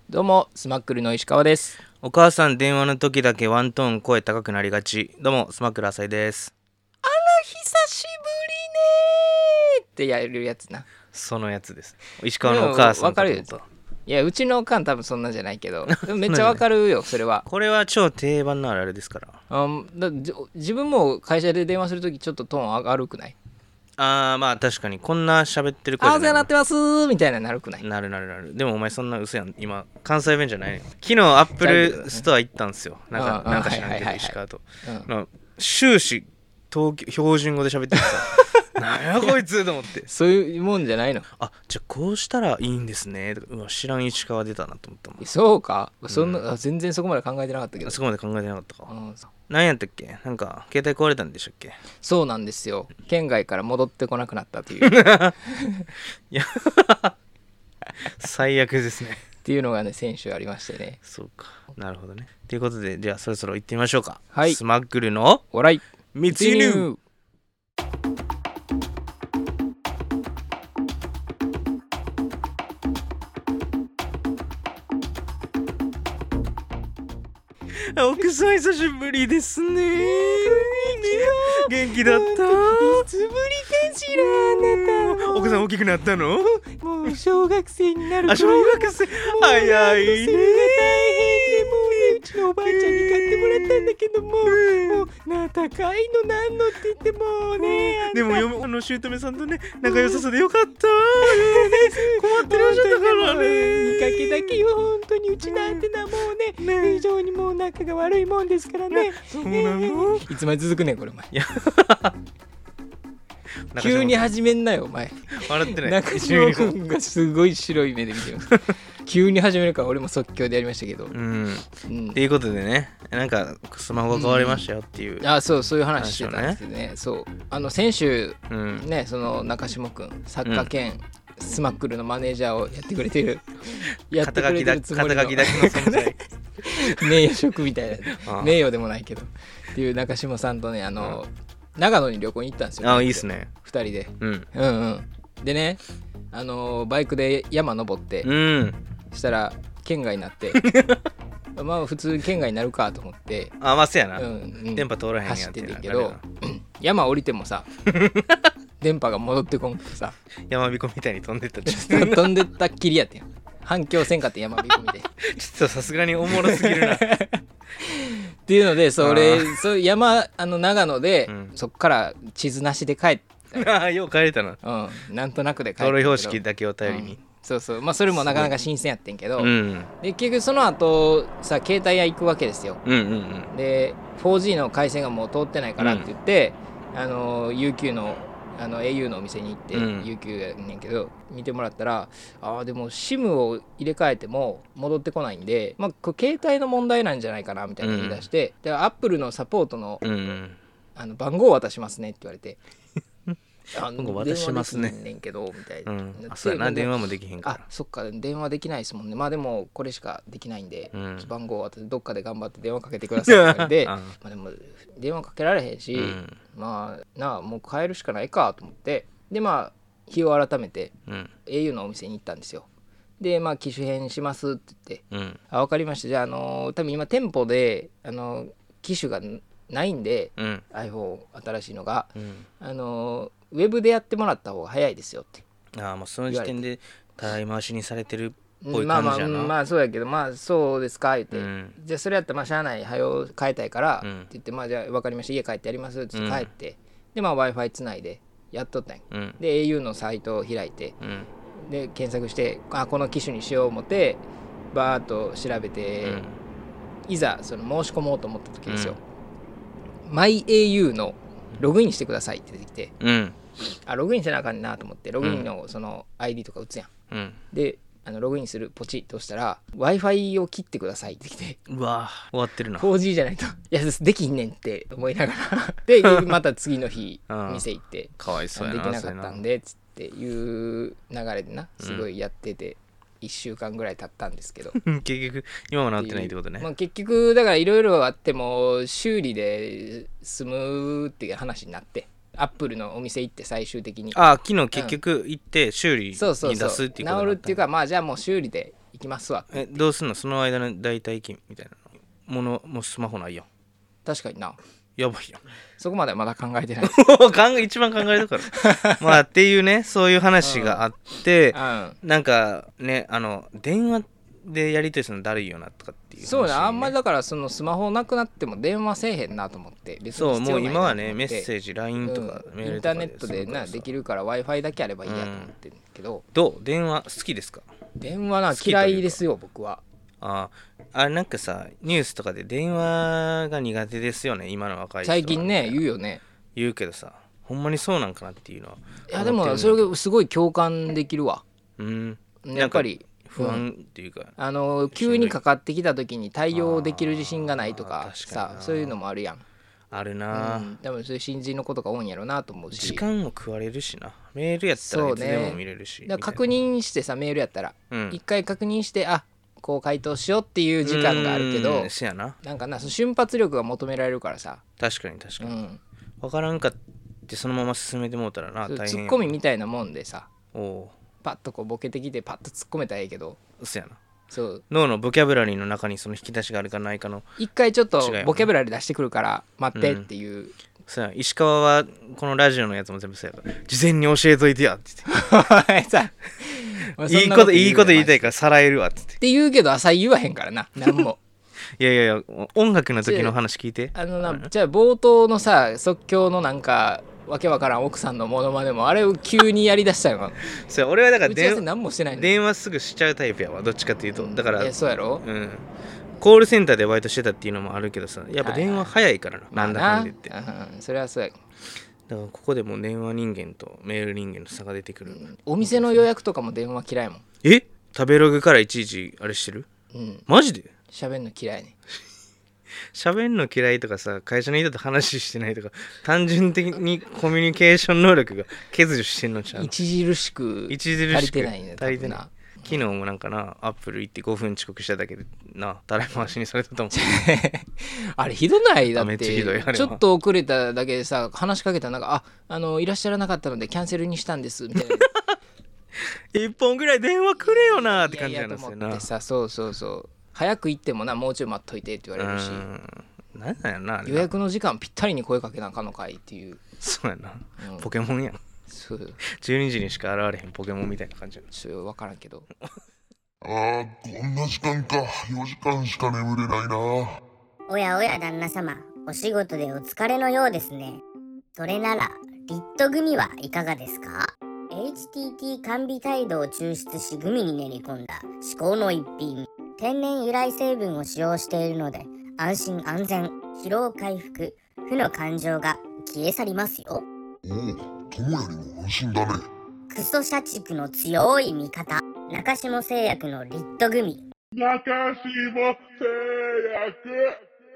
どうもスマックルの石川です。 お母さん電話の時だけワントーン声高くなりがち。どうもスマックル浅井です。 あら久しぶりねってやるやつな。 そのやつです。石川のお母さんかと思った。 いやうちのおかん多分そんなんじゃないけどでもめっちゃわかるよそれは。 これは超定番のあるあるですから。 自分も会社で電話するときちょっとトーン上がるくない？ まあ確かにこんな喋ってる声じゃない。 お世話になってますみたいななるくない？ なる。でもお前そんな嘘やん。今関西弁じゃないの。昨日アップルストア行ったんですよ。なんか知らんけど石川と。終始標準語で喋ってるさ。なんやこいつと思って。 そういうもんじゃないの。 じゃあこうしたらいいんですね。知らん石川出たなと思ったもん。 そうか、そんな全然そこまで考えてなかったけど。 そこまで考えてなかったか。何やったっけ？なんか携帯壊れたんでしたっけ？ そうなんですよ。県外から戻ってこなくなったといういや最悪ですねっていうのがね先週ありましてね。 そうか、なるほどね。ということでじゃあそろそろ行ってみましょうか。 はい、 スマックルのおらい密輸入。奥さん久しぶりですね。元気だった？いつぶりかしらあなた。 奥さん大きくなったの？ もう小学生になる。 小学生早いね。 うちのおばあちゃんに買ってもらったんだけども、もう高いのなんのって言ってもね。 でも姑さんとね仲良さそうでよかった困ってらっしゃったからね。 見かけだけよ本当に。うちなんてなもうね非常にもう仲が悪いもんですからね。 そうなの？ いつまで続くねんこれお前。 いや急に始めんなよお前。 笑ってない。 中島くんがすごい白い目で見てます急に始めるから俺も即興でやりましたけど。 っていうことでね、なんかスマホが変わりましたよっていう、 そういう話してたんですね。そう先週、ねその中島くん作家兼、スマックルのマネージャーをやってくれてる肩書きだけの存在名誉職みたいな名誉でもないけどっていう中島さんとね長野に旅行に行ったんですよ。 いいっすね。 2人で。でねバイクで山登って、したら県外になってまあ普通県外になるかと思ってまあせやな、電波通らへんやん走っててんけど山降りてもさ電波が戻ってこんくてさ山彦みたいに飛んでった飛んでったっきりやってん。反響せんかって山彦みたいちょっとさすがにおもろすぎるなっていうのでそう山長野で、そっから地図なしで帰ったよう帰れたな。 なんとなくで帰った道路標識だけを頼りに、 まあそれもなかなか新鮮やってんけど、で結局その後さ携帯屋行くわけですよ。で 4G の回線がもう通ってないからって言って、UQ のau のお店に行って、UQ やねんけど見てもらったらでも SIM を入れ替えても戻ってこないんで、まあこれ携帯の問題なんじゃないかなみたいな言い出して、で Apple のサポートの、番号を渡しますねって言われて番号渡しますねねんけどみたいな、 そうやな、電話もできへんから。 そっか電話できないですもんね。まあでもこれしかできないんで、番号を渡してどっかで頑張って電話かけてくださいって言われてまあでも電話かけられへんし、まあもう変えるしかないかと思って、でまあ日を改めて au のお店に行ったんですよ。でまあ機種変しますって言って、分かりました、じゃあ多分今店舗で機種がないんで、iPhone 新しいのが、ウェブでやってもらった方が早いですよってもうその時点でたらい回しにされてるっぽい感じやな。 まあそうやけど、まあそうですか言って、じゃあそれやったらまあしゃあない早う変えたいからって言って、まあじゃあ分かりました家帰ってやりますって言って帰って、でまあ Wi-Fi つないでやっとったんや、で au のサイトを開いて、で検索してこの機種にしよう思ってバーッと調べて、いざその申し込もうと思った時ですよ、MyAU のログインしてくださいって出てきて、ログインせなあかんなと思ってログインのその ID とか打つやん、でログインするポチッと押したら Wi-Fi を切ってくださいって来て、 うわ終わってるな 4G じゃないといやできんねんって思いながらでまた次の日店行ってかわいそうやな、 できなかったんでつっていう流れでなすごいやってて、1週間ぐらい経ったんですけど結局今もなってないってことね。 まあ、結局だからいろいろあっても修理で済むっていう話になって、アップルのお店行って最終的に昨日結局行って修理に出すっていうこと治るっていうか、まあじゃあもう修理でいきますわって。 どうすんのその間の代替金みたいなものもスマホないやん。 確かにな。 やばいやん。 そこまではまだ考えてない一番考えるからまあっていうね、そういう話があって、なんかね、電話でやり取りするのだるいよなとかっていう、ね、 そうね、あんまりだからそのスマホなくなっても電話せえへんなと思って。 別にそうもう今はねメッセージ LINE とかメールとかインターネットでなできるから Wi-Fi だけあればいいやと思ってるけど、 どう電話好きですか？ 電話な嫌いですよ僕は。 なんかさニュースとかで電話が苦手ですよね今の若い人は。 最近ね言うよね。 言うけどさ、ほんまにそうなんかなっていうのは。 いやでもそれがすごい共感できるわ。やっぱり不安っていうか、 急にかかってきた時に対応できる自信がないとかさ、そういうのもあるやん。 あるな。 多分そういう新人のことが多いんやろうなと思うし、 時間も食われるしな。メールやったらいつでも見れるし、 だから確認してさ、メールやったら一回確認してこう回答しようっていう時間があるけど、なんかな瞬発力が求められるからさ。 確かに分からんかってそのまま進めてもうたらな大変。 ツッコミみたいなもんでさ、パッとこうボケてきてパッと突っ込めたらいいけど、 そうやな。 そう脳のボキャブラリーの中にその引き出しがあるかないかの一回ちょっとボキャブラリー出してくるから待ってっていう、 そうや。石川はこのラジオのやつも全部そうやから事前に教えといてやって言っていいこと言いたいからさらえるわって言うけど浅井言わへんからな何もいや音楽の時の話聞いて。 じゃあ冒頭のさ即興のなんかわけわからん奥さんのモノマネもあれを急にやりだしたよ。 そう俺はだから何もしてないの。 電話すぐしちゃうタイプやわ、どっちかっていうと。だからそうやろ、 コールセンターでバイトしてたっていうのもあるけどさ、やっぱ電話早いからな、なんだかんでって、 それはそうや。 だからここでもう電話人間とメール人間の差が出てくる、 お店の予約とかも電話嫌いもん。 食べログからいちいちあれしてる？マジで？ 喋んの嫌いね。 喋んの嫌いとかさ、会社の人と話してないとか、単純的にコミュニケーション能力が欠如してんのちゃう？ 著しく足りてないね。 足りてない。昨日もなんかな、アップル行って5分遅刻しただけでな、たらい回しにされたと思うあれひどない？だってめっちゃひどい。 ちょっと遅れただけでさ、話しかけたらなんかいらっしゃらなかったのでキャンセルにしたんですみたいな 1本ぐらい電話くれよなって感じなんですよな。 そう早く行ってもな、もうちょい待っといてって言われるし、 なんだよな、 予約の時間ぴったりに声かけなあかんのかいっていう。 そうやな、ポケモンやん。そう12時にしか現れへんポケモンみたいな感じ。 ちょっと分からんけどこんな時間か。4時間しか眠れないな。 おやおや旦那様、お仕事でお疲れのようですね。それならリットグミはいかがですか？ HTT 甘美態度を抽出しグミに練り込んだ至高の一品。天然由来成分を使用しているので安心安全、疲労回復、負の感情が消え去りますよ。 友よりも安心だね。 クソ社畜の強い味方、中下製薬のリットグミ。 中下製薬。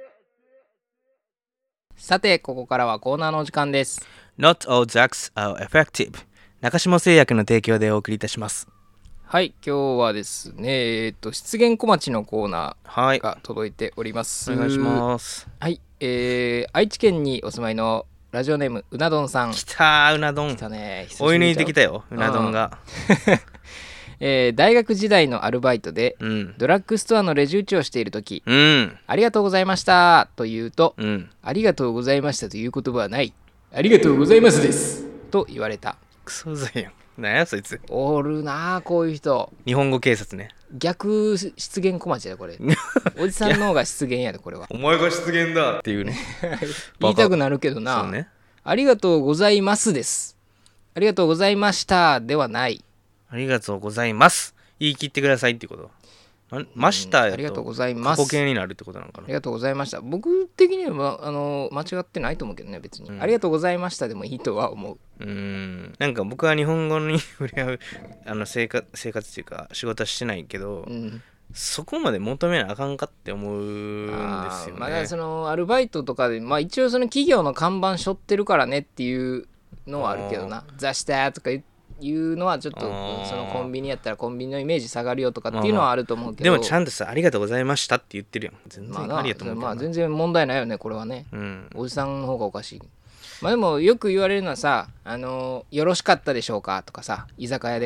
さてここからはコーナーのお時間です。 Not all drugs are effective。 中下製薬の提供でお送りいたします。 はい、今日はですね失言小町のコーナーが届いております、 お願いします。 はい、愛知県にお住まいのラジオネームうな丼さん。 来たうな丼。 来たね。 追い抜いてきたような丼が大学時代のアルバイトで、ドラッグストアのレジ打ちをしているとき、ありがとうございましたと言うと、ありがとうございましたという言葉はない、ありがとうございますですと言われた。 クソざやん。なんやそいつ。 おるなこういう人。 日本語警察ね。 逆失言小町だこれおじさんの方が失言やでこれは。 お前が失言だっていうね言いたくなるけどな、ね、ありがとうございますです。ありがとうございましたではない。 ありがとうございます言い切ってくださいってこと。ましたありがとうございます。 過去形になるってことなのかな。 ありがとうございました。僕的には間違ってないと思うけどね別に、ありがとうございましたでもいいとは思う。 なんか僕は日本語に触れ合う生活っていうか仕事はしてないけど、そこまで求めなあかんかって思うんですよね。 まあそのアルバイトとかで一応その企業の看板背負ってるからねっていうのはあるけどな。雑誌だとかいうのはちょっとそのコンビニやったらコンビニのイメージ下がるよとかっていうのはあると思うけど、 でもちゃんとさありがとうございましたって言ってるやん。全然ありがとうございます。 全然問題ないよねこれはね、おじさんの方がおかしい。でもよく言われるのはさよろしかったでしょうかとかさ居酒屋で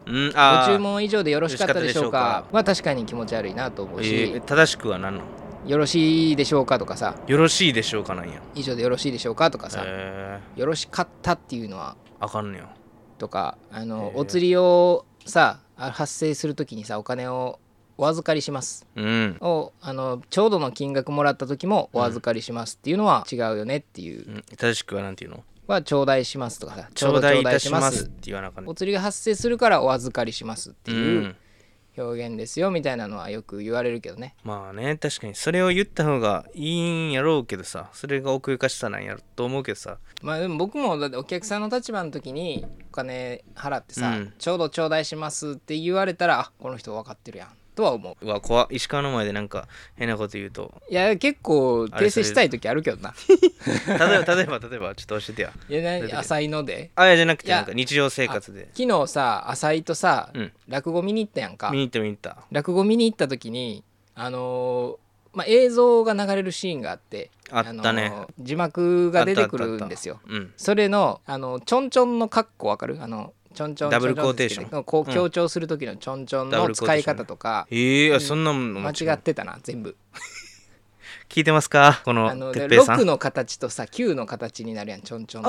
ご注文以上でよろしかったでしょうかは確かに気持ち悪いなと思うし、 正しくは何のよろしいでしょうかとかさ、 よろしいでしょうかなんや。 以上でよろしいでしょうかとかさ、よろしかったっていうのはあかんねやとか、お釣りをさ発生するときにさ、お金をお預かりします、をちょうどの金額もらった時もお預かりしますっていうのは違うよねっていう、 正しくはなんていうのは頂戴しますとかさ、 頂戴いたしますって言わなかった。 お釣りが発生するからお預かりしますっていう表現ですよみたいなのはよく言われるけどね。 まあね、確かにそれを言った方がいいんやろうけどさ、それが奥ゆかしさなんやろと思うけどさ。 まあでも僕もだってお客さんの立場の時にお金払ってさ、ちょうど頂戴しますって言われたら、あ、この人分かってるやんとは思う。 うわ、怖っ。石川の前でなんか変なこと言うと。 いや結構訂正したい時あるけどな。 例えばちょっと教えてや。 いや浅いので。 いやじゃなくてなんか日常生活で。 昨日さ浅いとさ、落語見に行ったやんか。 見に行った。 落語見に行った時に映像が流れるシーンがあって、 あったね。 字幕が出てくるんですよ。それのちょんちょんのカッコわかる？ちょんちょんダブルコーテーションこう強調する時のちょんちょんの使い方とか、 そんなもん間違ってたな全部。 聞いてますかこのてっぺいさん。 6の形とさ9の形になるやんちょんちょんって。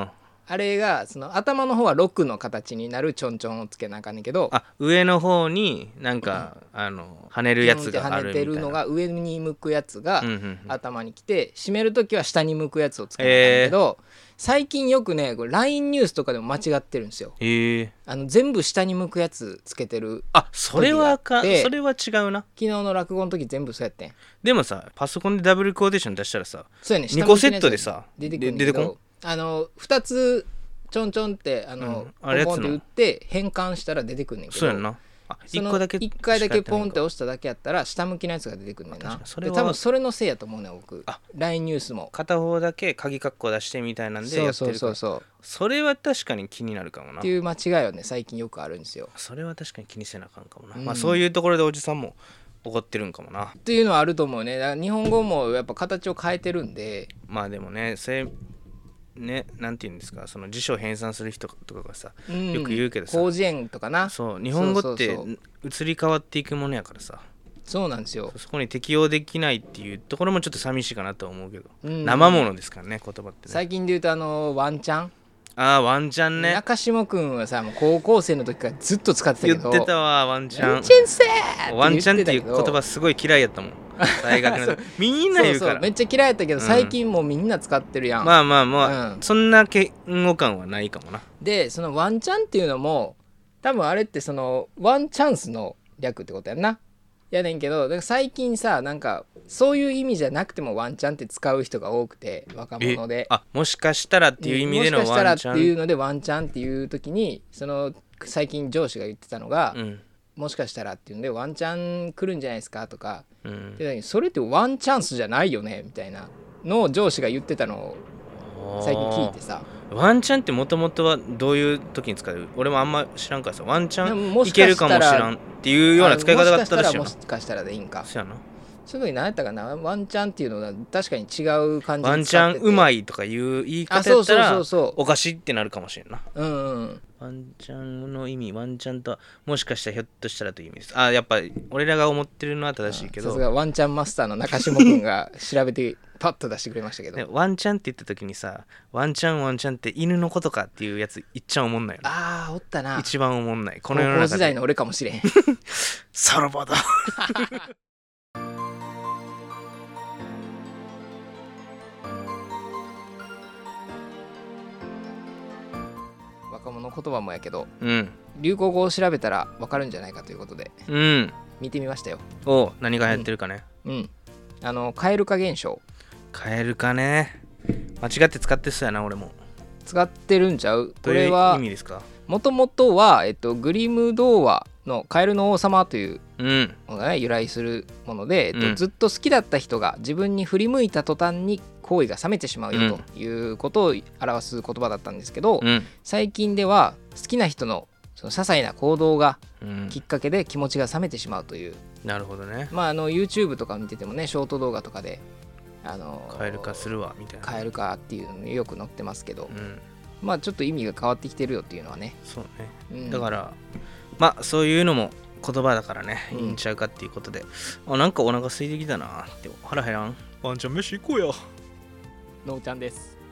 あれがその頭の方は6の形になるちょんちょんをつけなあかんねんけど、 上の方になんか、跳ねるやつがあるみたいな。 跳ねてるのが上に向くやつが頭に来て、締めるときは下に向くやつをつけなあかんねんけど、最近よくねこれ LINE ニュースとかでも間違ってるんですよ。全部下に向くやつつけてる。 それはそれは違うな。 昨日の落語の時全部そうやってん。 でもさパソコンでダブルコーテーション出したらさ、 そうやね、 2個セットでさ出てくるんだけど、2つちょんちょんってポンポンって打って変換したら出てくんねんけど、 そうやんな。 1回だけポンって押しただけやったら下向きのやつが出てくんねんな。で多分それのせいやと思うねん僕。LINE ニュースも片方だけ鍵カッコ出してみたいなんでやってるから。それは確かに気になるかもなっていう間違いはね最近よくあるんですよ。 それは確かに気にせなあかんかもな、そういうところでおじさんも怒ってるんかもなっていうのはあると思うね。だから日本語もやっぱ形を変えてるんで。 まあでもねなんて言うんですか、その辞書を編纂する人とかがさ、よく言うけどさ、 広辞苑とかな。 そう日本語って移り変わっていくものやからさ。 そうなんですよ。 そこに適応できないっていうところもちょっと寂しいかなと思うけど、生ものですからね言葉ってね。 最近で言うとワンチャン。 ワンチャンね。 中下くんはさもう高校生の時からずっと使ってたけど。 言ってたわワンチャン。 ワンチャンせーワンチャンっていう言葉すごい嫌いやったもん大学のみんな言うから。 めっちゃ嫌いやったけど、最近もうみんな使ってるやん。 まあ、そんな嫌悪感はないかもな。 でそのワンチャンっていうのも多分あれってそのワンチャンスの略ってことやんな。やねんけど、だから最近さなんかそういう意味じゃなくてもワンチャンって使う人が多くて、若者でもしかしたらっていう意味でのワンチャン、 もしかしたらっていうのでワンチャンっていう時にその最近上司が言ってたのが、もしかしたらっていうんでワンチャン来るんじゃないですかとか、それってワンチャンスじゃないよねみたいなのを上司が言ってたのを最近聞いてさ。 ワンチャンってもともとはどういう時に使う？俺もあんま知らんからさ、ワンチャンいけるかもしらんっていうような使い方があったらしいよな。 もしかしたらでいいんか。 そうやな。 その時何やったかな、ワンチャンっていうのは確かに違う感じでワンチャンうまいとかいう言い方やったらおかしいってなるかもしれんな。ワンチャンの意味、ワンチャンとはもしかしたらひょっとしたらという意味です。やっぱり俺らが思ってるのは正しいけど、 さすがワンチャンマスターの中下くんが調べてパッと出してくれましたけどワンチャンって言った時にさ、ワンチャンって犬のことかっていうやついっちゃおもんないよね。 おったな。 一番おもんないこの世の中で。高校時代の俺かもしれんさらばだ若者言葉もやけど、流行語を調べたら分かるんじゃないかということで、見てみましたよ。 何が流行ってるかね。 蛙化現象。 蛙化ね。間違って使ってそうやな。俺も使ってるんちゃう。 これは意味ですか。 もともとは、グリム童話のカエルの王様というのがね、由来するもので、ずっと好きだった人が自分に振り向いた途端に好意が冷めてしまうよということを表す言葉だったんですけど、最近では好きな人のその些細な行動がきっかけで気持ちが冷めてしまうという。 なるほどね。 YouTube とか見ててもね、ショート動画とかで蛙化するわみたいな、 蛙化っていうのよく載ってますけど、 まあちょっと意味が変わってきてるよっていうのはね。 そうね、だからまあそういうのも言葉だからね、いいんちゃうかっていうことで、なんかお腹空いてきたなって。腹減らん？ワンちゃん飯行こうや。 のーちゃんです。